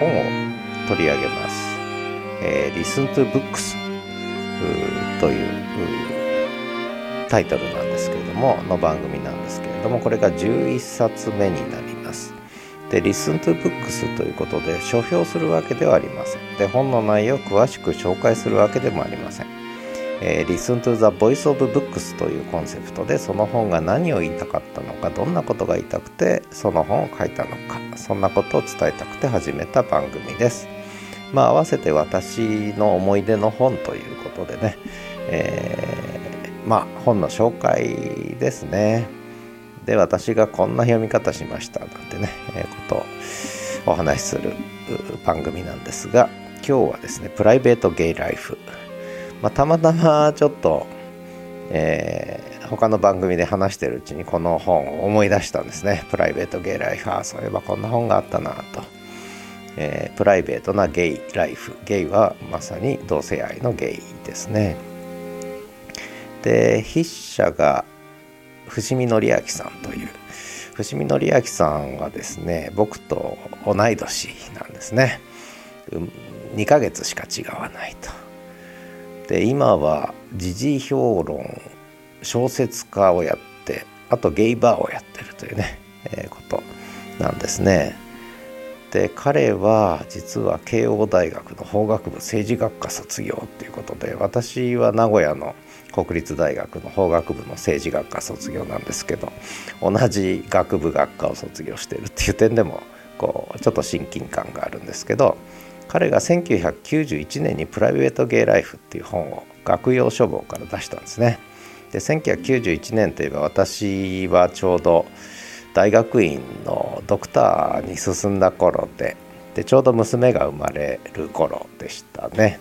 本を取り上げます。Listen to Books というタイトルなんですけれどもの番組なんですけれども、これが11冊目になります。で Listen to Books ということで書評するわけではありません。で本の内容を詳しく紹介するわけでもありません。Listen to the Voice of Books というコンセプトで、その本が何を言いたかったのか、どんなことが言いたくてその本を書いたのか、そんなことを伝えたくて始めた番組です。合わせて私の思い出の本ということでね、本の紹介ですね。で私がこんな読み方しましたなんてね、ことをお話しする番組なんですが、今日はですねプライベートゲイライフ、たまたまちょっと、他の番組で話してるうちにこの本を思い出したんですね。プライベートゲイライフ、そういえばこんな本があったなと。プライベートなゲイライフ、ゲイはまさに同性愛のゲイですね。で筆者が伏見則明さんという、伏見則明さんはですね僕と同い年なんですね。2ヶ月しか違わないと。で今は時事評論小説家をやって、あとゲイバーをやってるというね、ことなんですね。で彼は実は慶応大学の法学部政治学科卒業ということで、私は名古屋の国立大学の法学部の政治学科卒業なんですけど、同じ学部学科を卒業しているっていう点でもちょっと親近感があるんですけど、彼が1991年にプライベートゲイライフっていう本を学用書房から出したんですね。で1991年といえば私はちょうど大学院のドクターに進んだ頃でちょうど娘が生まれる頃でしたね。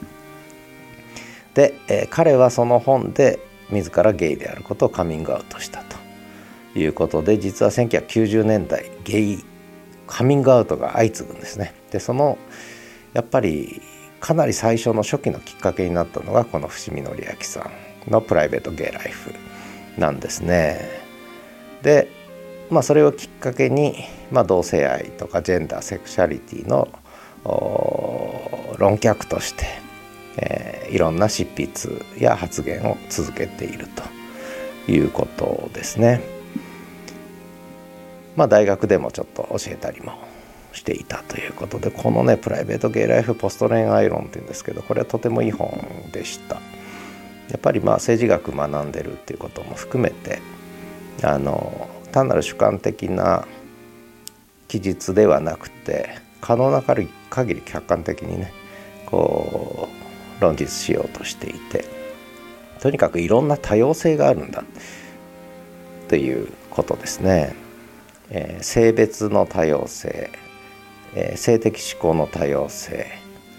で、彼はその本で自らゲイであることをカミングアウトしたということで、実は1990年代ゲイカミングアウトが相次ぐんですね。でそのやっぱりかなり最初の初期のきっかけになったのがこの伏見則明さんのプライベートゲイライフなんですね。でそれをきっかけに、同性愛とかジェンダーセクシャリティの論客として、いろんな執筆や発言を続けているということですね。大学でもちょっと教えたりもしていたということで、このねプライベートゲイライフポスト恋愛論っていうんですけど、これはとてもいい本でした。やっぱり政治学学んでるっていうことも含めて、単なる主観的な記述ではなくて、可能な限り客観的にね論述しようとしていて、とにかくいろんな多様性があるんだということですね。性別の多様性、性的指向の多様性、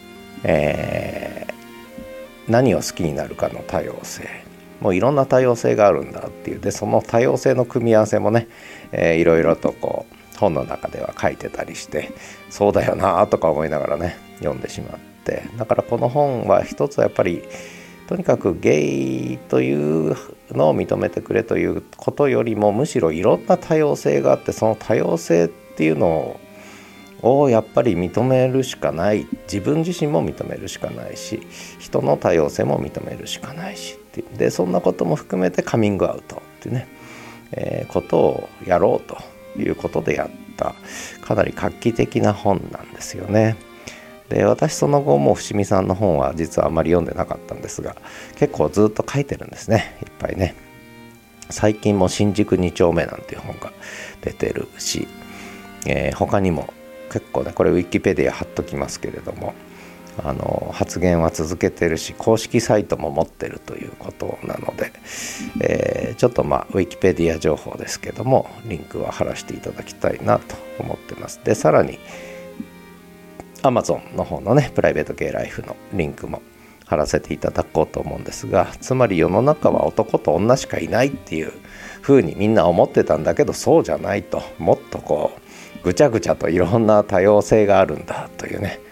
何を好きになるかの多様性、もういろんな多様性があるんだっていう。でその多様性の組み合わせもね、いろいろと本の中では書いてたりして、そうだよなとか思いながらね読んでしまって、だからこの本は一つはやっぱりとにかくゲイというのを認めてくれということよりも、むしろいろんな多様性があって、その多様性っていうのをやっぱり認めるしかない、自分自身も認めるしかないし、人の多様性も認めるしかないしっていう。でそんなことも含めてカミングアウトっていうね、ことをやろうということでやったかなり画期的な本なんですよね。で私その後も伏見さんの本は実はあまり読んでなかったんですが、結構ずっと書いてるんですね、いっぱいね。最近も新宿2丁目なんていう本が出てるし、他にも結構ね、これウィキペディア貼っときますけれども、発言は続けてるし、公式サイトも持ってるということなので、ちょっとウィキペディア情報ですけどもリンクは貼らせていただきたいなと思ってます。でさらに Amazon の方のねプライベートゲイライフのリンクも貼らせていただこうと思うんですが、つまり世の中は男と女しかいないっていう風にみんな思ってたんだけど、そうじゃないと、もっとぐちゃぐちゃといろんな多様性があるんだというね、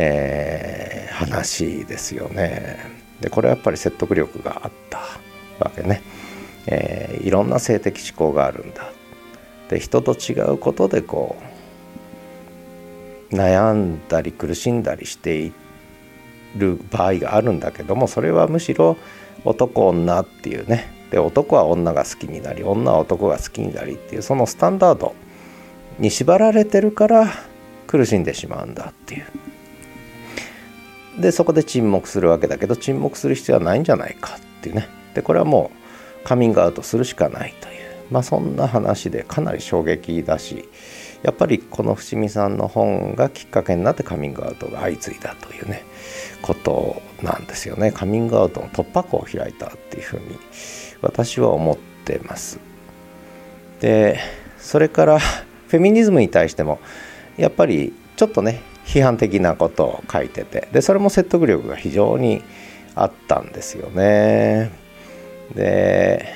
話ですよね。でこれはやっぱり説得力があったわけね。いろんな性的指向があるんだ。で人と違うことで悩んだり苦しんだりしている場合があるんだけども、それはむしろ男女っていうね、で男は女が好きになり女は男が好きになりっていうそのスタンダードに縛られてるから苦しんでしまうんだっていう。でそこで沈黙するわけだけど、沈黙する必要はないんじゃないかっていうね。でこれはもうカミングアウトするしかないという、そんな話でかなり衝撃だし、やっぱりこの伏見さんの本がきっかけになってカミングアウトが相次いだというねことなんですよね。カミングアウトの突破口を開いたっていうふうに私は思ってます。でそれからフェミニズムに対してもやっぱりちょっとね批判的なことを書いてて、でそれも説得力が非常にあったんですよね。で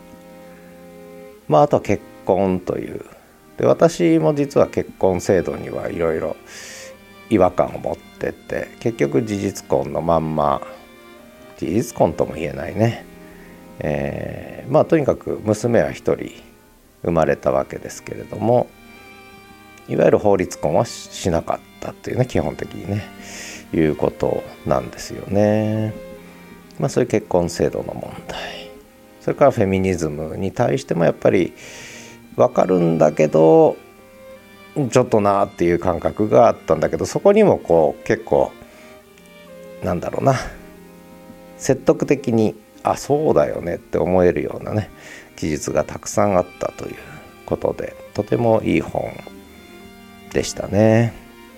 あとは結婚という、で私も実は結婚制度にはいろいろ違和感を持ってて、結局事実婚のまんま、事実婚とも言えないね、とにかく娘は一人生まれたわけですけれども、いわゆる法律婚はしなかったっていうね、基本的にねいうことなんですよね。そういう結婚制度の問題、それからフェミニズムに対してもやっぱり分かるんだけどちょっとなっていう感覚があったんだけど、そこにもこう結構説得的にそうだよねって思えるようなね記述がたくさんあったということで、とてもいい本でしたね。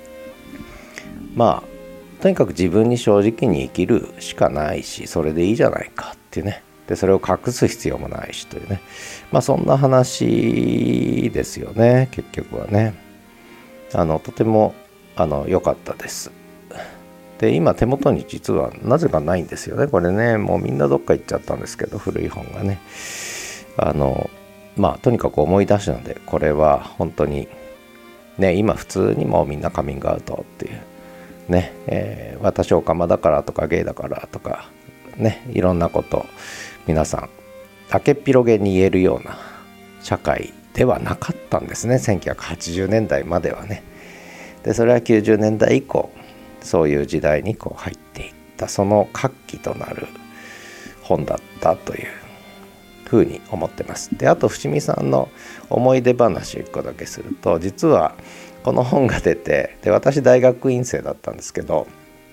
とにかく自分に正直に生きるしかないし、それでいいじゃないかっていうね。でそれを隠す必要もないしというね、そんな話ですよね。結局はねとても良かったです。で今手元に実はなぜかないんですよね。これねもうみんなどっか行っちゃったんですけど、古い本がねとにかく思い出したので、これは本当にね今普通にもうみんなカミングアウトっていうね、私オカマだからとかゲイだからとかね、いろんなこと皆さん明けっ広げに言えるような社会ではなかったんですね、1980年代まではね。でそれは90年代以降そういう時代にこう入っていった、その活気となる本だったというふうに思ってます。であと伏見さんの思い出話を1個だけすると、実はこの本が出て、で私大学院生だったんですけど、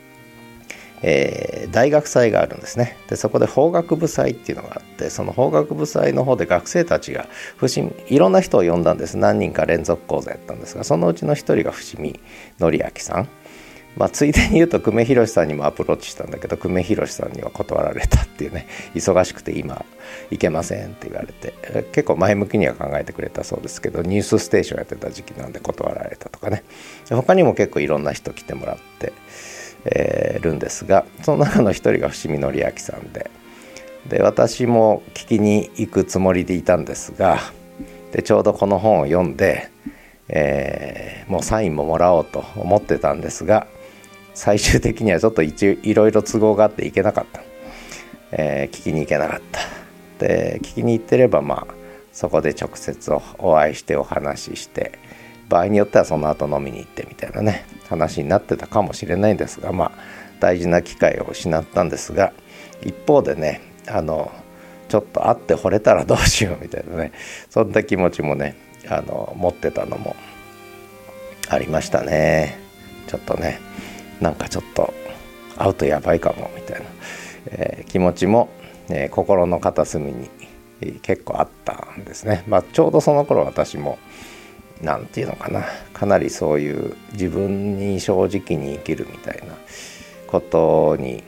大学祭があるんですね。でそこで法学部祭っていうのがあって、その法学部祭の方で学生たちがいろんな人を呼んだんです。何人か連続講座やったんですが、そのうちの一人が伏見則明さん。ついでに言うと久米宏さんにもアプローチしたんだけど、久米宏さんには断られたっていうね、忙しくて今行けませんって言われて、結構前向きには考えてくれたそうですけど、ニュースステーションやってた時期なんで断られたとかね。他にも結構いろんな人来てもらってるんですが、その中の一人が伏見則明さんで私も聞きに行くつもりでいたんですが、でちょうどこの本を読んで、もうサインももらおうと思ってたんですが、最終的にはちょっといろいろ都合があって行けなかった、聞きに行けなかった。で聞きに行ってればそこで直接お会いしてお話しして、場合によってはその後飲みに行ってみたいなね話になってたかもしれないんですが、大事な機会を失ったんですが、一方でねちょっと会って惚れたらどうしようみたいなね、そんな気持ちもね持ってたのもありましたね。ちょっとねちょっと会うとやばいかもみたいな、気持ちも、心の片隅に結構あったんですね。ちょうどその頃私もなんていうのかな、かなりそういう自分に正直に生きるみたいなことに、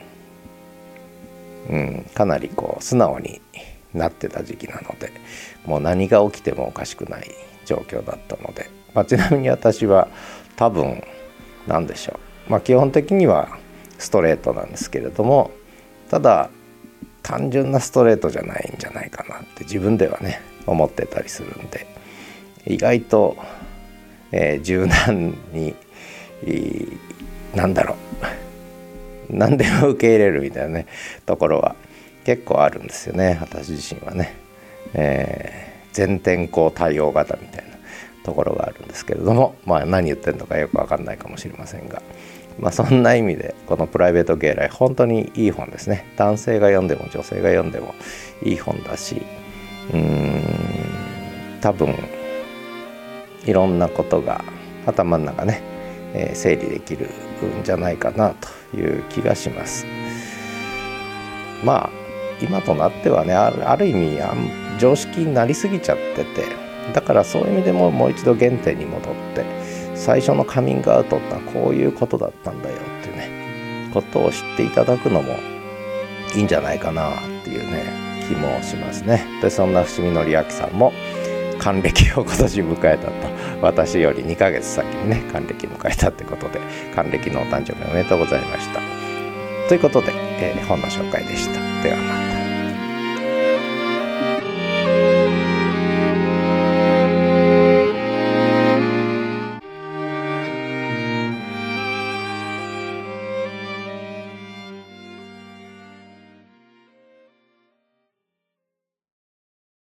かなりこう素直になってた時期なので、もう何が起きてもおかしくない状況だったので、ちなみに私は多分何でしょう、基本的にはストレートなんですけれども、ただ単純なストレートじゃないんじゃないかなって自分ではね思ってたりするんで、意外と、柔軟に何でも受け入れるみたいなねところは結構あるんですよね、私自身はね。全天候対応型みたいなところがあるんですけれども、何言ってんのかよく分かんないかもしれませんが、そんな意味でこのプライベートゲイライ本当にいい本ですね。男性が読んでも女性が読んでもいい本だし、多分いろんなことが頭の中ね、整理できるんじゃないかなという気がします。今となってはね、ある意味常識になりすぎちゃってて、だからそういう意味でももう一度原点に戻って、最初のカミングアウトってのはこういうことだったんだよっていうねことを知っていただくのもいいんじゃないかなっていうね気もしますね。でそんな伏見典明さんも還暦を今年迎えたと、私より2ヶ月先にね還暦迎えたってことで、還暦のお誕生日おめでとうございましたということで、本の紹介でした。ではまた。